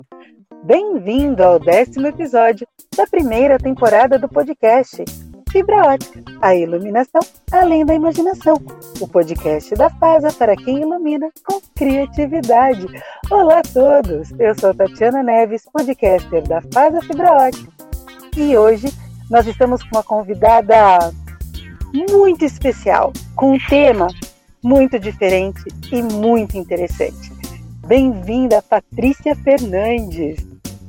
Bem-vindo ao 10º episódio da primeira temporada do podcast Fibra Ótica, a iluminação além da imaginação. O podcast da FASA para quem ilumina com criatividade. Olá a todos, eu sou Tatiana Neves, podcaster da FASA Fibra Ótica. E hoje nós estamos com uma convidada muito especial, com um tema muito diferente e muito interessante. Bem-vinda, Patrícia Fernandes.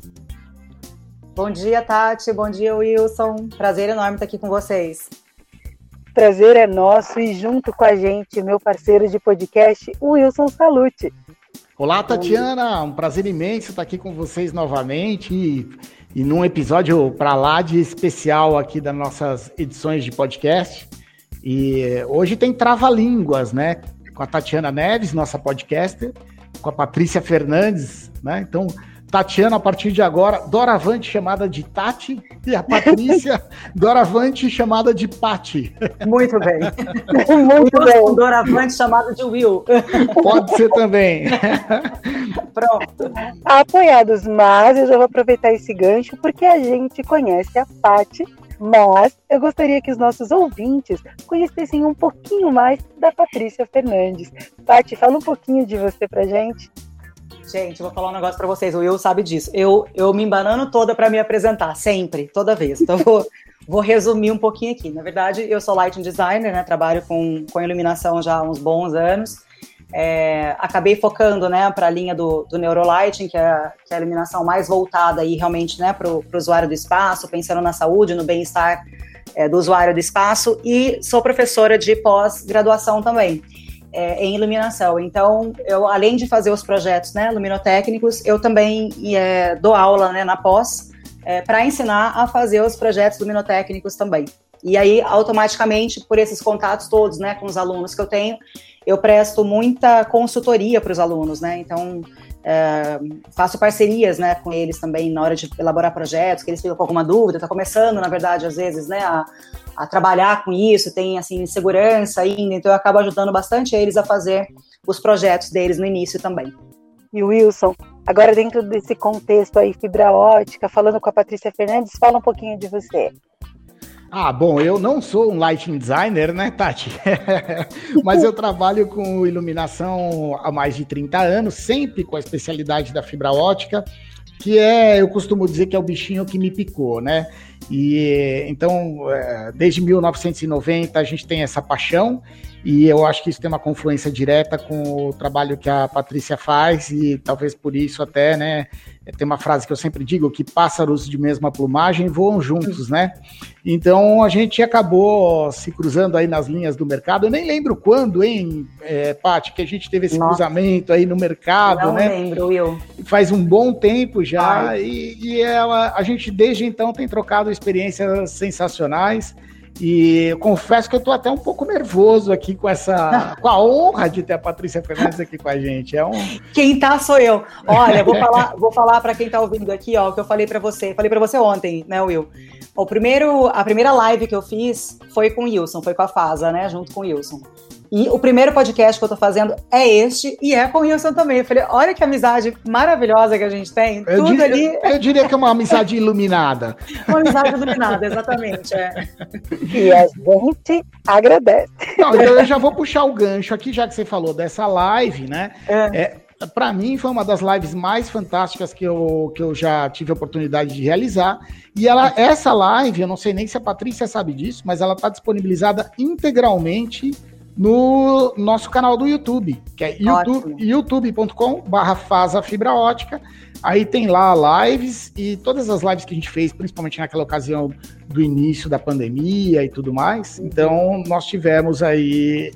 Bom dia, Tati. Bom dia, Wilson. Prazer enorme estar aqui com vocês. Prazer é nosso e junto com a gente, meu parceiro de podcast, o Wilson Salute. Olá, Tatiana. Um prazer imenso estar aqui com vocês novamente e num episódio para lá de especial aqui das nossas edições de podcast. E hoje tem trava-línguas, né? Com a Tatiana Neves, nossa podcaster, com a Patrícia Fernandes, né? Então, Tatiana, a partir de agora, doravante chamada de Tati, e a Patrícia, doravante chamada de Pati. Muito bem. Muito bem. Doravante chamada de Will. Pode ser também. Pronto. Apoiados, mas eu já vou aproveitar esse gancho porque a gente conhece a Pati, mas eu gostaria que os nossos ouvintes conhecessem um pouquinho mais da Patrícia Fernandes. Pati, fala um pouquinho de você pra gente. Gente, vou falar um negócio pra vocês, o Will sabe disso. Eu me embanano toda pra me apresentar, sempre, toda vez. Então vou resumir um pouquinho aqui. Na verdade, eu sou lighting designer, né? Trabalho com iluminação já há uns bons anos. Acabei focando, né, para a linha do Neurolighting, que é a iluminação mais voltada aí realmente, né, para o usuário do espaço, pensando na saúde, no bem-estar do usuário do espaço, e sou professora de pós-graduação também em iluminação. Então, eu, além de fazer os projetos, né, luminotécnicos, eu também dou aula, né, na pós para ensinar a fazer os projetos luminotécnicos também. E aí, automaticamente, por esses contatos todos, né, com os alunos que eu tenho, eu presto muita consultoria para os alunos, né? Então, faço parcerias, né, com eles também na hora de elaborar projetos, que eles ficam com alguma dúvida, tá começando, na verdade, às vezes, né, a trabalhar com isso, tem, assim, segurança ainda, então eu acabo ajudando bastante eles a fazer os projetos deles no início também. E Wilson, agora dentro desse contexto aí, fibra ótica, falando com a Patrícia Fernandes, fala um pouquinho de você. Bom, eu não sou um lighting designer, né, Tati? Mas eu trabalho com iluminação há mais de 30 anos, sempre com a especialidade da fibra ótica, que eu costumo dizer que é o bichinho que me picou, né? E então, desde 1990 a gente tem essa paixão e eu acho que isso tem uma confluência direta com o trabalho que a Patrícia faz e talvez por isso até, né, tem uma frase que eu sempre digo, que pássaros de mesma plumagem voam juntos, né? Então a gente acabou se cruzando aí nas linhas do mercado, eu nem lembro quando, hein, Paty, que a gente teve esse cruzamento aí no mercado, não, né? Não lembro, Will. Faz um bom tempo já, a gente desde então tem trocado experiências sensacionais. E eu confesso que eu estou até um pouco nervoso aqui com a honra de ter a Patrícia Fernandes aqui com a gente. Quem tá sou eu. Olha, vou falar para quem tá ouvindo aqui, ó, o que eu falei para você. Falei para você ontem, né, Will? A primeira live que eu fiz foi com o Wilson, foi com a FASA, né, junto com o Wilson. E o primeiro podcast que eu tô fazendo é este, e é com o Wilson também. Eu falei, olha que amizade maravilhosa que a gente tem. Eu diria que é uma amizade iluminada. Uma amizade iluminada, exatamente. E a gente agradece. Não, então eu já vou puxar o gancho aqui, já que você falou dessa live, né? Para mim foi uma das lives mais fantásticas que eu já tive a oportunidade de realizar. E essa live, eu não sei nem se a Patrícia sabe disso, mas ela está disponibilizada integralmente no nosso canal do YouTube, que é youtube.com/FASA Fibra Ótica. Aí tem lá lives e todas as lives que a gente fez, principalmente naquela ocasião do início da pandemia e tudo mais. Então, nós tivemos aí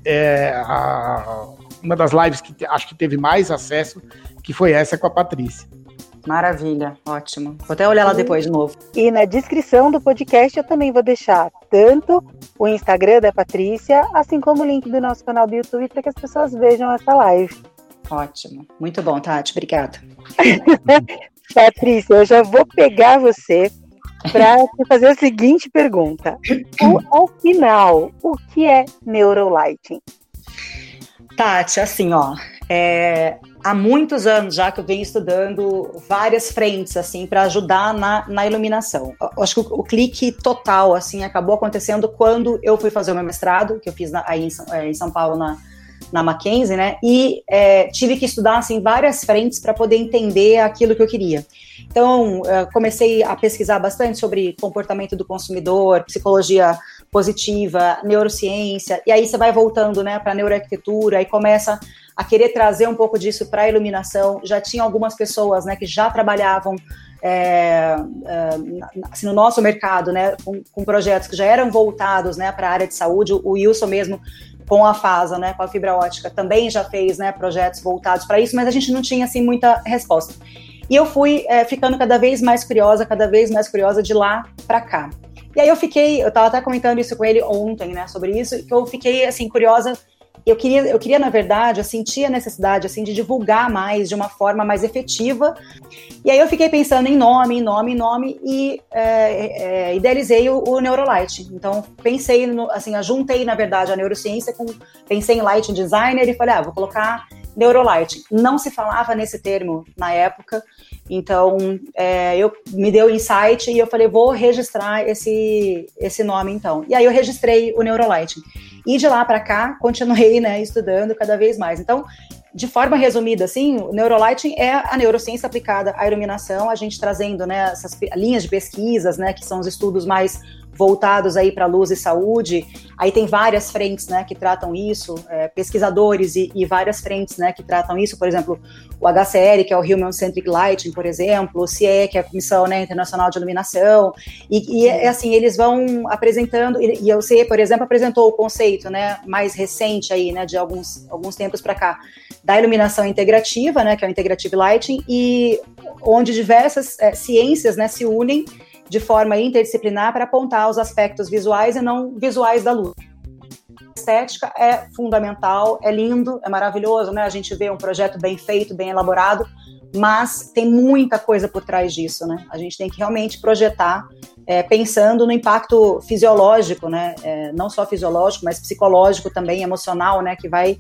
uma das lives que acho que teve mais acesso, que foi essa com a Patrícia. Maravilha, ótimo. Vou até olhar lá depois de novo. E na descrição do podcast eu também vou deixar tanto o Instagram da Patrícia, assim como o link do nosso canal do YouTube para que as pessoas vejam essa live. Ótimo. Muito bom, Tati. Obrigada. Patrícia, eu já vou pegar você para te fazer a seguinte pergunta. Ao final, o que é Neurolighting? Tati, assim, ó, há muitos anos já que eu venho estudando várias frentes, assim, para ajudar na iluminação. Eu acho que o clique total, assim, acabou acontecendo quando eu fui fazer o meu mestrado, que eu fiz aí em São Paulo, na Mackenzie, né, e tive que estudar, assim, várias frentes para poder entender aquilo que eu queria. Então, comecei a pesquisar bastante sobre comportamento do consumidor, psicologia positiva, neurociência, e aí você vai voltando, né, para neuroarquitetura e começa a querer trazer um pouco disso para a iluminação. Já tinha algumas pessoas, né, que já trabalhavam assim, no nosso mercado, né, com projetos que já eram voltados, né, para a área de saúde. O Wilson mesmo, com a FASA, né, com a fibra ótica, também já fez, né, projetos voltados para isso, mas a gente não tinha, assim, muita resposta. E eu fui ficando cada vez mais curiosa de lá para cá. E aí eu estava até comentando isso com ele ontem, né, sobre isso, que eu fiquei, assim, curiosa. Eu queria, na verdade, eu sentia a necessidade, assim, de divulgar mais, de uma forma mais efetiva. E aí eu fiquei pensando em nome, e idealizei o Neurolight. Então, pensei, assim, juntei, na verdade, a neurociência pensei em lighting designer e falei, vou colocar Neurolight. Não se falava nesse termo na época, então me deu insight e eu falei, vou registrar esse nome, então. E aí eu registrei o Neurolight. E de lá para cá, continuei, né, estudando cada vez mais. Então, de forma resumida, assim, o Neurolighting é a neurociência aplicada à iluminação, a gente trazendo, né, essas linhas de pesquisas, né, que são os estudos mais voltados aí para luz e saúde. Aí tem várias frentes, né, que tratam isso, pesquisadores e várias frentes, né, que tratam isso. Por exemplo, o HCL, que é o Human Centric Lighting, por exemplo, o CIE, que é a Comissão, né, Internacional de Iluminação, e assim, eles vão apresentando, e o CIE, por exemplo, apresentou o conceito, né, mais recente aí, né, de alguns tempos para cá, da iluminação integrativa, né, que é o Integrative Lighting, e onde diversas ciências, né, se unem de forma interdisciplinar para apontar os aspectos visuais e não visuais da luz. A estética é fundamental, é lindo, é maravilhoso, né? A gente vê um projeto bem feito, bem elaborado, mas tem muita coisa por trás disso, né? A gente tem que realmente projetar pensando no impacto fisiológico, né? Não só fisiológico, mas psicológico também, emocional, né? Que vai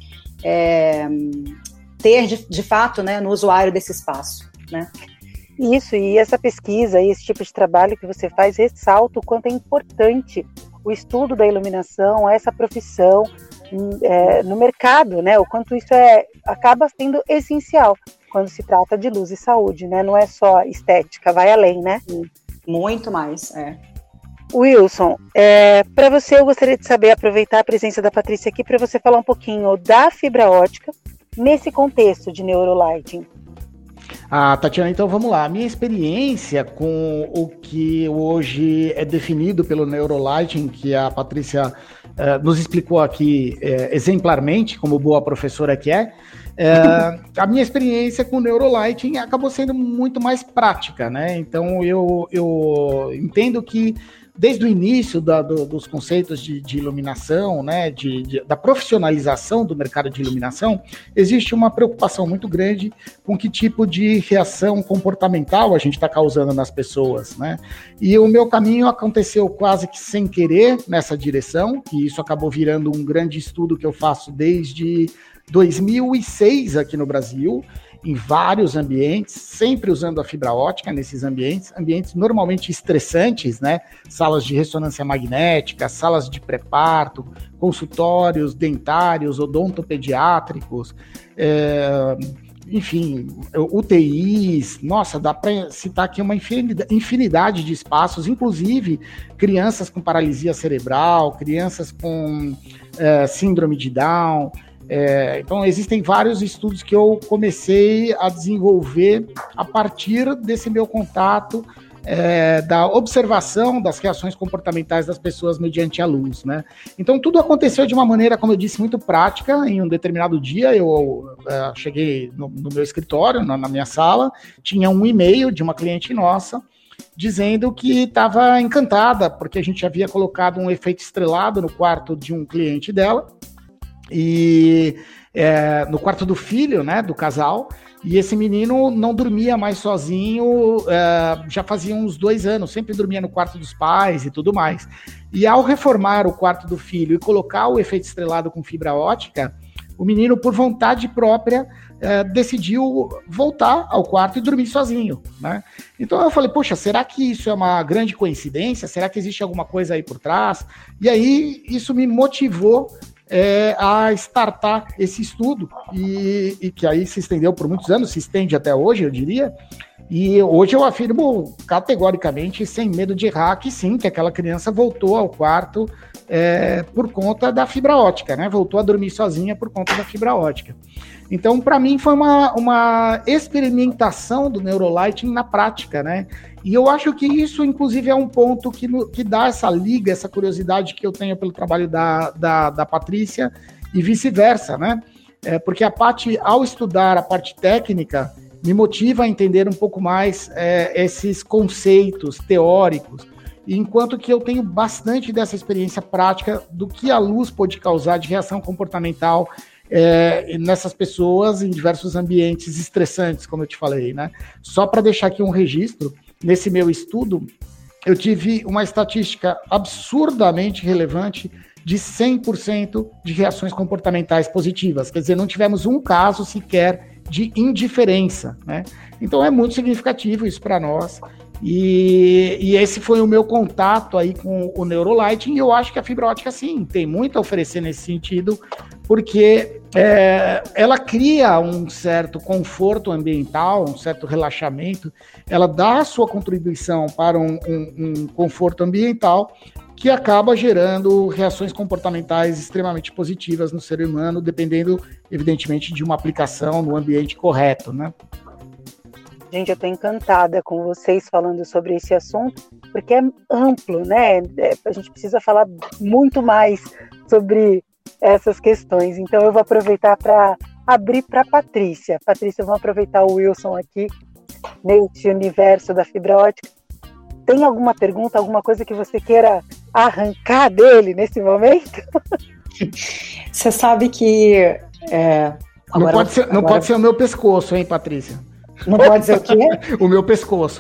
ter, de fato, né, no usuário desse espaço, né? Isso, e essa pesquisa e esse tipo de trabalho que você faz ressalta o quanto é importante o estudo da iluminação, essa profissão no mercado, né? O quanto isso acaba sendo essencial quando se trata de luz e saúde, né? Não é só estética, vai além, né? Muito mais, Wilson, para você eu gostaria de saber, aproveitar a presença da Patrícia aqui para você falar um pouquinho da fibra ótica nesse contexto de neurolighting. Tatiana, então vamos lá. A minha experiência com o que hoje é definido pelo Neurolighting, que a Patrícia nos explicou aqui exemplarmente, como boa professora que a minha experiência com o Neurolighting acabou sendo muito mais prática, né? Então eu entendo que desde o início dos conceitos de iluminação, né, da profissionalização do mercado de iluminação, existe uma preocupação muito grande com que tipo de reação comportamental a gente está causando nas pessoas, né? E o meu caminho aconteceu quase que sem querer nessa direção, e isso acabou virando um grande estudo que eu faço desde 2006 aqui no Brasil, em vários ambientes, sempre usando a fibra ótica nesses ambientes normalmente estressantes, né? Salas de ressonância magnética, salas de pré-parto, consultórios dentários, odontopediátricos, enfim, UTIs, nossa, dá para citar aqui uma infinidade de espaços, inclusive crianças com paralisia cerebral, crianças com síndrome de Down. Então existem vários estudos que eu comecei a desenvolver a partir desse meu contato da observação das reações comportamentais das pessoas mediante a luz, né? Então tudo aconteceu de uma maneira, como eu disse, muito prática. Em um determinado dia eu cheguei no meu escritório, na minha sala, tinha um e-mail de uma cliente nossa dizendo que estava encantada porque a gente havia colocado um efeito estrelado no quarto de um cliente dela e no quarto do filho, né, do casal, e esse menino não dormia mais sozinho, já fazia uns 2 anos, sempre dormia no quarto dos pais e tudo mais. E ao reformar o quarto do filho e colocar o efeito estrelado com fibra ótica, o menino, por vontade própria, decidiu voltar ao quarto e dormir sozinho, né? Então eu falei, poxa, será que isso é uma grande coincidência? Será que existe alguma coisa aí por trás? E aí isso me motivou a startar esse estudo, e que aí se estendeu por muitos anos, se estende até hoje, eu diria. E hoje eu afirmo categoricamente, sem medo de errar, que sim, que aquela criança voltou ao quarto por conta da fibra ótica, né? Voltou a dormir sozinha por conta da fibra ótica. Então, para mim, foi uma experimentação do Neurolighting na prática, né? E eu acho que isso, inclusive, é um ponto que dá essa liga, essa curiosidade que eu tenho pelo trabalho da Patrícia e vice-versa, né? Porque a Paty, ao estudar a parte técnica, me motiva a entender um pouco mais esses conceitos teóricos, enquanto que eu tenho bastante dessa experiência prática do que a luz pode causar de reação comportamental nessas pessoas em diversos ambientes estressantes, como eu te falei, né? Só para deixar aqui um registro, nesse meu estudo, eu tive uma estatística absurdamente relevante de 100% de reações comportamentais positivas, quer dizer, não tivemos um caso sequer de indiferença, né? Então é muito significativo isso para nós, e esse foi o meu contato aí com o Neurolighting, e eu acho que a fibra ótica, sim, tem muito a oferecer nesse sentido, porque ela cria um certo conforto ambiental, um certo relaxamento, ela dá a sua contribuição para um conforto ambiental, que acaba gerando reações comportamentais extremamente positivas no ser humano, dependendo, evidentemente, de uma aplicação no ambiente correto, né? Gente, eu estou encantada com vocês falando sobre esse assunto, porque é amplo, né? A gente precisa falar muito mais sobre essas questões. Então, eu vou aproveitar para abrir para a Patrícia. Patrícia, vamos aproveitar o Wilson aqui, nesse universo da fibra ótica. Tem alguma pergunta, alguma coisa que você queira arrancar dele nesse momento? Você sabe que... Não pode ser o meu pescoço, hein, Patrícia? Não pode ser o quê? O meu pescoço.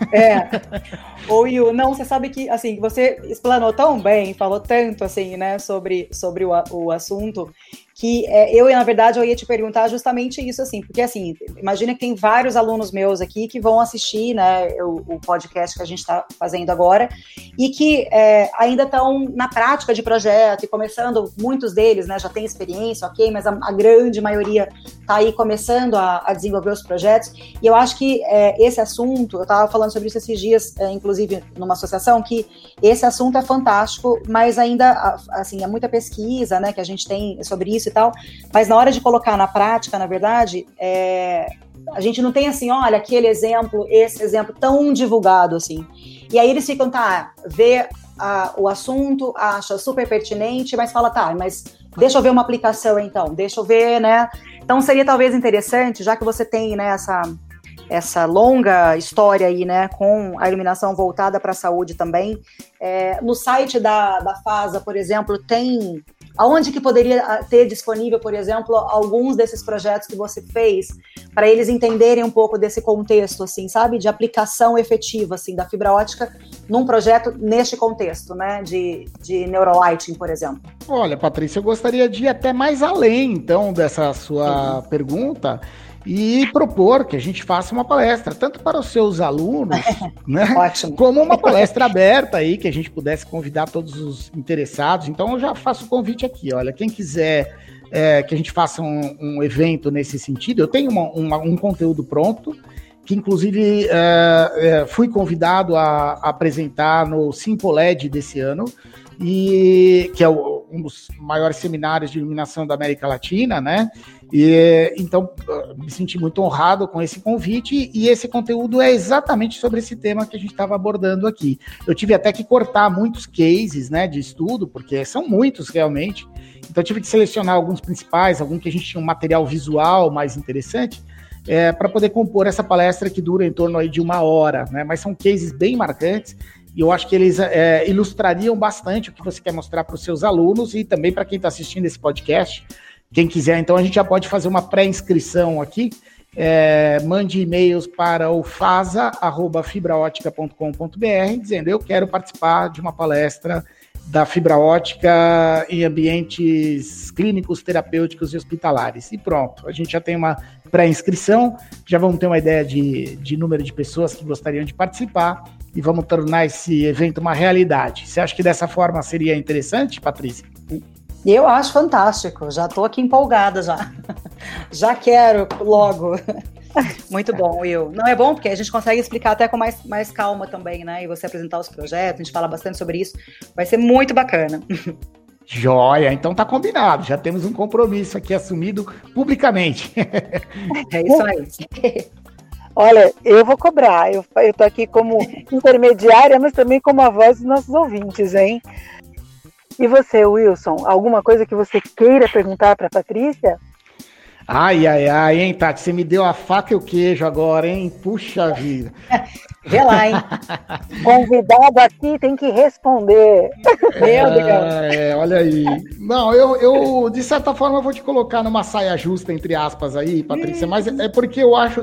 Ô, Will, não, você sabe que, assim, você explanou tão bem, falou tanto, assim, né, sobre o assunto, que na verdade, eu ia te perguntar justamente isso, assim, porque, assim, imagina que tem vários alunos meus aqui que vão assistir, né, o podcast que a gente está fazendo agora, e que ainda estão na prática de projeto, e começando, muitos deles, né, já têm experiência, ok, mas a grande maioria está aí começando a desenvolver os projetos, e eu acho que esse assunto, eu estava falando sobre isso esses dias, inclusive numa associação, que esse assunto é fantástico, mas ainda, assim, é muita pesquisa, né, que a gente tem sobre isso e tal, mas na hora de colocar na prática, na verdade, a gente não tem assim, olha, aquele exemplo, esse exemplo tão divulgado, assim. E aí eles ficam, vê o assunto, acha super pertinente, mas fala, mas deixa eu ver uma aplicação então, deixa eu ver, né? Então seria talvez interessante, já que você tem, né, essa longa história aí, né, com a iluminação voltada para a saúde também, no site da FASA, por exemplo, tem... Aonde que poderia ter disponível, por exemplo, alguns desses projetos que você fez, para eles entenderem um pouco desse contexto, assim, sabe? De aplicação efetiva, assim, da fibra ótica num projeto neste contexto, né? De Neurolighting, por exemplo. Olha, Patrícia, eu gostaria de ir até mais além, então, dessa sua pergunta, e propor que a gente faça uma palestra, tanto para os seus alunos, né, como uma palestra aberta aí, que a gente pudesse convidar todos os interessados. Então eu já faço o convite aqui, olha, quem quiser que a gente faça um evento nesse sentido, eu tenho um conteúdo pronto, que inclusive fui convidado a apresentar no Simpoled desse ano, e que é um dos maiores seminários de iluminação da América Latina, né? E então me senti muito honrado com esse convite, e esse conteúdo é exatamente sobre esse tema que a gente estava abordando aqui. Eu tive até que cortar muitos cases, né, de estudo, porque são muitos realmente, então eu tive que selecionar alguns principais, alguns que a gente tinha um material visual mais interessante, para poder compor essa palestra que dura em torno aí de 1 hora, né? Mas são cases bem marcantes, e eu acho que eles ilustrariam bastante o que você quer mostrar para os seus alunos e também para quem está assistindo esse podcast. Quem quiser, então, a gente já pode fazer uma pré-inscrição aqui. Mande e-mails para o fasa@fibraotica.com.br dizendo: eu quero participar de uma palestra da fibra ótica em ambientes clínicos, terapêuticos e hospitalares. E pronto, a gente já tem uma pré-inscrição, já vamos ter uma ideia de número de pessoas que gostariam de participar e vamos tornar esse evento uma realidade. Você acha que dessa forma seria interessante, Patrícia? Eu acho fantástico, já estou aqui empolgada já. Já quero logo. Muito bom, Will. Não, é bom porque a gente consegue explicar até com mais calma também, né? E você apresentar os projetos, a gente fala bastante sobre isso. Vai ser muito bacana. Joia, então tá combinado. Já temos um compromisso aqui assumido publicamente. É isso aí. Olha, eu vou cobrar. Eu tô aqui como intermediária, mas também como a voz dos nossos ouvintes, hein? E você, Wilson, alguma coisa que você queira perguntar para a Patrícia? Ai, hein, Tati, você me deu a faca e o queijo agora, hein? Puxa vida. Vê lá, hein? Convidado aqui tem que responder. Meu Deus. Olha aí. Não, eu de certa forma, eu vou te colocar numa saia justa, entre aspas, aí, Patrícia, mas é porque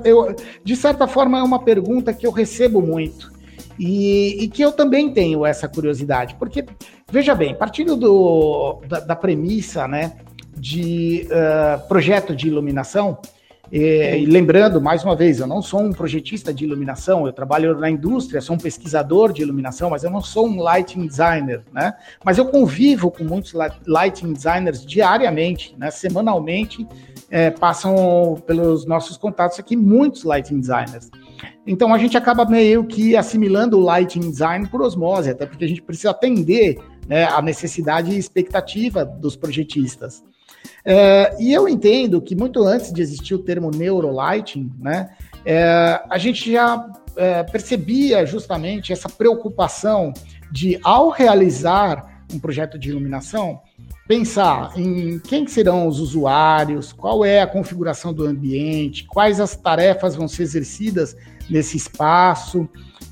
de certa forma, é uma pergunta que eu recebo muito. E que eu também tenho essa curiosidade, porque, veja bem, partindo da premissa, né, de projeto de iluminação, e lembrando, mais uma vez, eu não sou um projetista de iluminação, eu trabalho na indústria, sou um pesquisador de iluminação, mas eu não sou um lighting designer, né, mas eu convivo com muitos lighting designers diariamente, né, semanalmente, passam pelos nossos contatos aqui muitos lighting designers. Então a gente acaba meio que assimilando o lighting design por osmose, até porque a gente precisa atender, né, a necessidade e expectativa dos projetistas. E eu entendo que muito antes de existir o termo neurolighting, né, a gente já percebia justamente essa preocupação de, ao realizar um projeto de iluminação, pensar em quem serão os usuários, qual é a configuração do ambiente, quais as tarefas vão ser exercidas nesse espaço,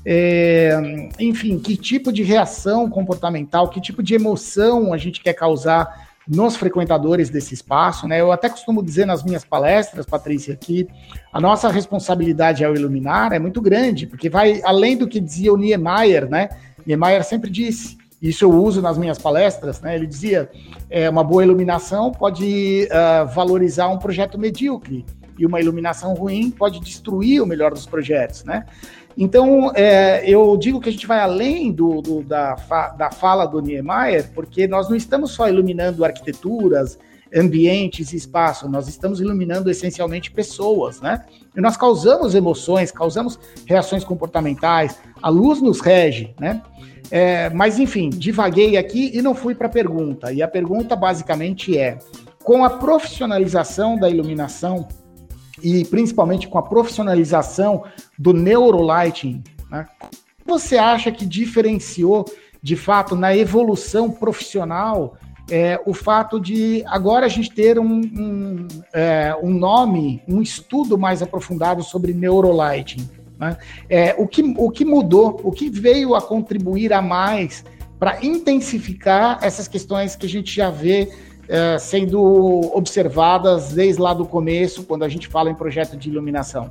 enfim, que tipo de reação comportamental, que tipo de emoção a gente quer causar nos frequentadores desse espaço, né? Eu até costumo dizer nas minhas palestras, Patrícia, que a nossa responsabilidade ao iluminar é muito grande, porque vai além do que dizia o Niemeyer, né? Niemeyer sempre disse, isso eu uso nas minhas palestras, né? Ele dizia, uma boa iluminação pode valorizar um projeto medíocre, e uma iluminação ruim pode destruir o melhor dos projetos, né? Então, eu digo que a gente vai além da fala do Niemeyer, porque nós não estamos só iluminando arquiteturas, ambientes e espaço, nós estamos iluminando essencialmente pessoas, né? E nós causamos emoções, causamos reações comportamentais, a luz nos rege, né? Mas, enfim, divaguei aqui e não fui para a pergunta. E a pergunta, basicamente, com a profissionalização da iluminação, e principalmente com a profissionalização do neurolighting, né, você acha que diferenciou, de fato, na evolução profissional, o fato de agora a gente ter um nome, um estudo mais aprofundado sobre neurolighting? Né? O que mudou, o que veio a contribuir a mais para intensificar essas questões que a gente já vê sendo observadas desde lá do começo, quando a gente fala em projeto de iluminação?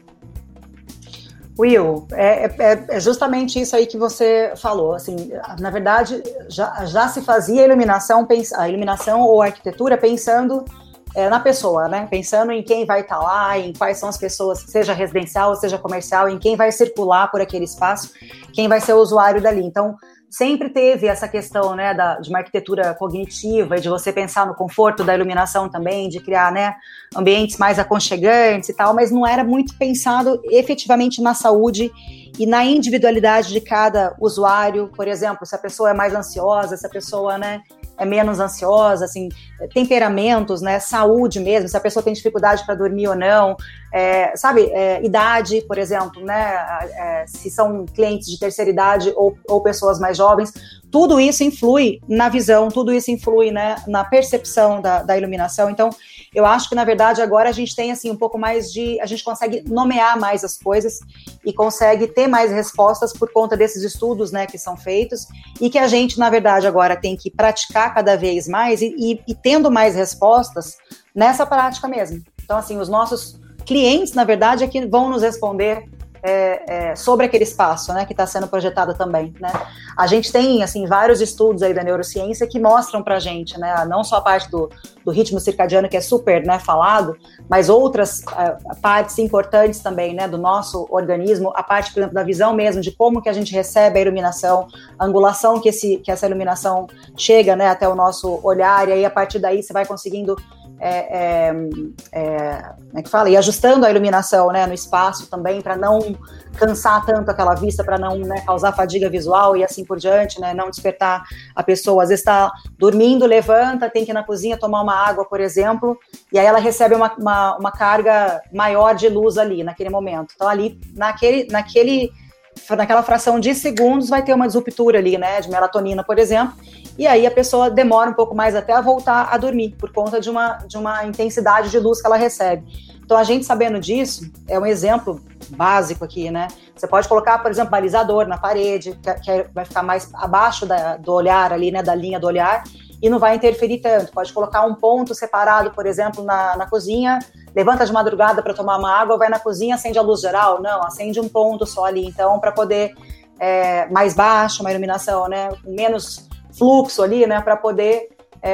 Will, é justamente isso aí que você falou. Assim, na verdade, já se fazia a iluminação ou a arquitetura pensando na pessoa, né? Pensando em quem vai estar lá, em quais são as pessoas, seja residencial, seja comercial, em quem vai circular por aquele espaço, quem vai ser o usuário dali. Então, sempre teve essa questão, né, de uma arquitetura cognitiva e de você pensar no conforto da iluminação também, de criar, né, ambientes mais aconchegantes e tal, mas não era muito pensado efetivamente na saúde e na individualidade de cada usuário. Por exemplo, se a pessoa é mais ansiosa, se a pessoa, né, é menos ansiosa, assim, temperamentos, né, saúde mesmo, se a pessoa tem dificuldade para dormir ou não, idade, por exemplo, né, se são clientes de terceira idade ou pessoas mais jovens, tudo isso influi na visão, tudo isso influi, né, na percepção da iluminação. Então, eu acho que, na verdade, agora a gente tem, assim, um pouco mais a gente consegue nomear mais as coisas e consegue ter mais respostas por conta desses estudos, né, que são feitos e que a gente, na verdade, agora tem que praticar cada vez mais e tendo mais respostas nessa prática mesmo. Então, assim, os nossos clientes, na verdade, é que vão nos responder sobre aquele espaço, né, que está sendo projetado também, né. A gente tem, assim, vários estudos aí da neurociência que mostram pra gente, né, não só a parte do ritmo circadiano, que é super, né, falado, mas outras partes importantes também, né, do nosso organismo, a parte, por exemplo, da visão mesmo, de como que a gente recebe a iluminação, a angulação que essa iluminação chega, né, até o nosso olhar, e aí a partir daí você vai conseguindo como é que fala? E ajustando a iluminação, né, no espaço também, para não cansar tanto aquela vista, para não, né, causar fadiga visual e assim por diante, né, não despertar a pessoa. Às vezes está dormindo, levanta, tem que ir na cozinha tomar uma água, por exemplo, e aí ela recebe uma carga maior de luz ali, naquele momento. Então ali, naquela fração de segundos vai ter uma disruptura ali, né, de melatonina, por exemplo, e aí a pessoa demora um pouco mais até a voltar a dormir, por conta de uma intensidade de luz que ela recebe. Então, a gente sabendo disso, é um exemplo básico aqui, né? Você pode colocar, por exemplo, balizador na parede, que vai ficar mais abaixo do olhar ali, né, da linha do olhar, e não vai interferir tanto. Pode colocar um ponto separado, por exemplo, na cozinha, levanta de madrugada para tomar uma água, vai na cozinha, acende a luz geral? Não, acende um ponto só ali. Então, para poder mais baixo, uma iluminação, né, menos fluxo ali, né, para poder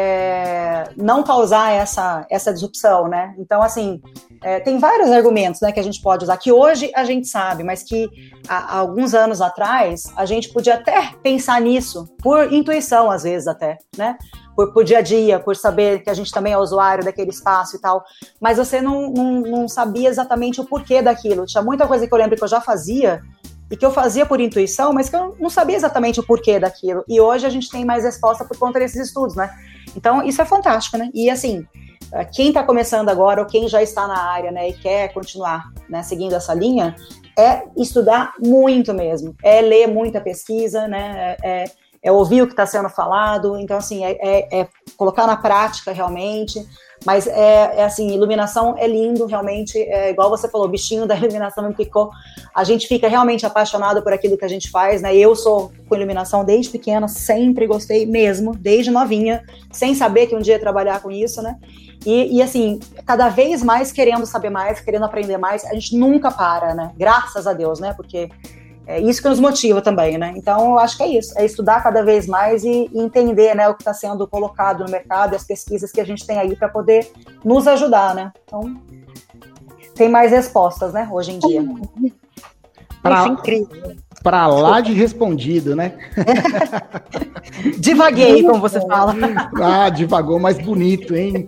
não causar essa disrupção, né? Então, assim, tem vários argumentos, né, que a gente pode usar, que hoje a gente sabe, mas que há alguns anos atrás a gente podia até pensar nisso, por intuição, às vezes até, né? Por dia a dia, por saber que a gente também é usuário daquele espaço e tal, mas você não sabia exatamente o porquê daquilo. Tinha muita coisa que eu lembro que eu já fazia, e que eu fazia por intuição, mas que eu não sabia exatamente o porquê daquilo. E hoje a gente tem mais resposta por conta desses estudos, né? Então, isso é fantástico, né? E, assim, quem está começando agora, ou quem já está na área, né, e quer continuar, né, seguindo essa linha, é estudar muito mesmo, é ler muita pesquisa, né, é ouvir o que está sendo falado. Então, assim, é colocar na prática realmente. Mas assim, iluminação é lindo, realmente, igual você falou, o bichinho da iluminação me picou. A gente fica realmente apaixonado por aquilo que a gente faz, né? Eu sou com iluminação desde pequena, sempre gostei mesmo, desde novinha, sem saber que um dia ia trabalhar com isso, né? E assim, cada vez mais querendo saber mais, querendo aprender mais, a gente nunca para, né? Graças a Deus, né? Porque é isso que nos motiva também, né? Então, eu acho que é isso, é estudar cada vez mais e entender, né, o que está sendo colocado no mercado e as pesquisas que a gente tem aí para poder nos ajudar, né? Então, tem mais respostas, né, hoje em dia. Isso é incrível. Para lá de respondido, né? Divaguei, como você fala. Ah, divagou, mas bonito, hein?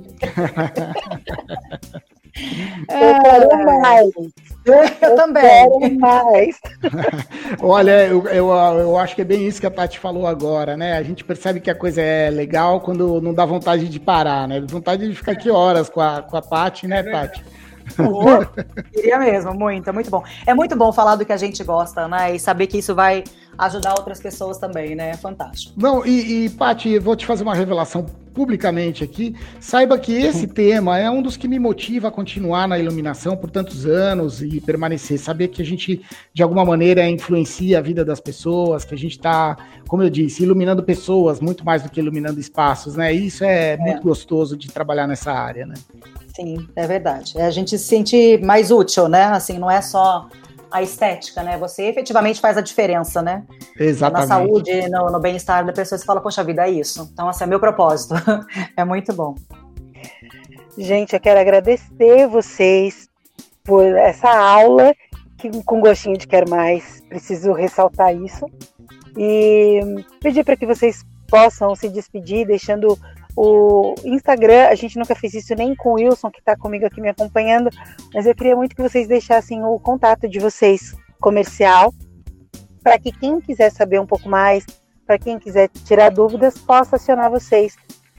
Eu quero mais. Eu também. Quero mais. Olha, eu acho que é bem isso que a Tati falou agora, né? A gente percebe que a coisa é legal quando não dá vontade de parar, né? Dá vontade de ficar aqui horas com a Tati, né, Tati? Queria mesmo, muito, é muito bom. É muito bom falar do que a gente gosta, né? E saber que isso vai ajudar outras pessoas também, né? É fantástico. Não, e Paty, eu vou te fazer uma revelação publicamente aqui. Saiba que esse tema é um dos que me motiva a continuar na iluminação por tantos anos e permanecer. Saber que a gente, de alguma maneira, influencia a vida das pessoas, que a gente está, como eu disse, iluminando pessoas muito mais do que iluminando espaços, né? E isso é muito gostoso de trabalhar nessa área, né? Sim, é verdade. A gente se sente mais útil, né? Assim, não é só a estética, né? Você efetivamente faz a diferença, né? Exatamente. Na saúde, no bem-estar da pessoa, você fala, poxa vida, é isso. Então, assim, é meu propósito. É muito bom. Gente, eu quero agradecer vocês por essa aula, que com gostinho de quero mais, preciso ressaltar isso. E pedir para que vocês possam se despedir, deixando o Instagram. A gente nunca fez isso nem com o Wilson, que está comigo aqui me acompanhando, mas eu queria muito que vocês deixassem o contato de vocês comercial, para que quem quiser saber um pouco mais, para quem quiser tirar dúvidas, possa acionar vocês,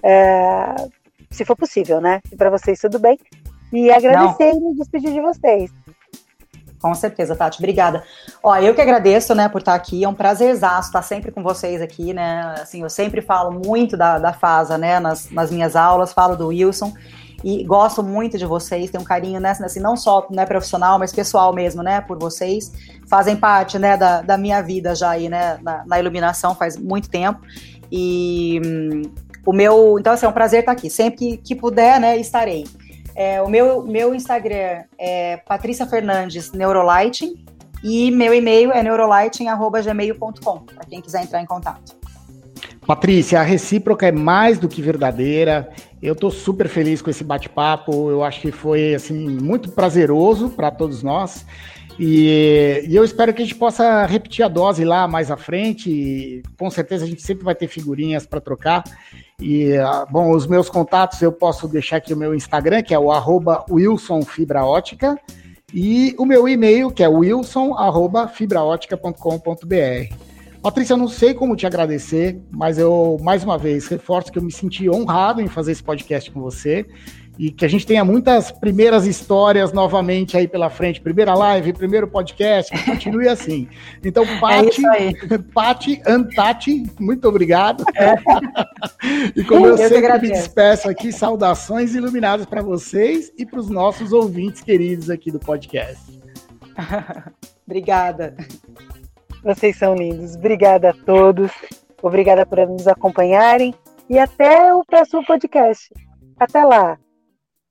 se for possível, né? Se para vocês tudo bem. E agradecer e me despedir de vocês. Com certeza, Tati, obrigada. Ó, eu que agradeço, né, por estar aqui, é um prazerzaço estar sempre com vocês aqui, né, assim, eu sempre falo muito da FASA, né, nas minhas aulas, falo do Wilson, e gosto muito de vocês, tenho um carinho, né, assim, não só, né, profissional, mas pessoal mesmo, né, por vocês, fazem parte, né, da minha vida já aí, né, na iluminação faz muito tempo, e então, assim, é um prazer estar aqui, sempre que puder, né, estarei. O meu Instagram é Patrícia Fernandes Neurolighting, E meu e-mail é neurolighting@gmail.com, para quem quiser entrar em contato. Patrícia, a recíproca é mais do que verdadeira. Eu estou super feliz com esse bate-papo. Eu acho que foi assim muito prazeroso para todos nós. E eu espero que a gente possa repetir a dose lá mais à frente. E, com certeza a gente sempre vai ter figurinhas para trocar. E, bom, os meus contatos eu posso deixar aqui o meu Instagram, que é o @WilsonFibraótica, e o meu e-mail, que é wilson@fibraótica.com.br. Patrícia, eu não sei como te agradecer, mas eu, mais uma vez, reforço que eu me senti honrado em fazer esse podcast com você e que a gente tenha muitas primeiras histórias novamente aí pela frente. Primeira live, primeiro podcast, que continue assim. Então, Pati, Antati, muito obrigado. E como eu sempre me despeço aqui, saudações iluminadas para vocês e para os nossos ouvintes queridos aqui do podcast. Obrigada. Vocês são lindos. Obrigada a todos. Obrigada por nos acompanharem. E até o próximo podcast. Até lá.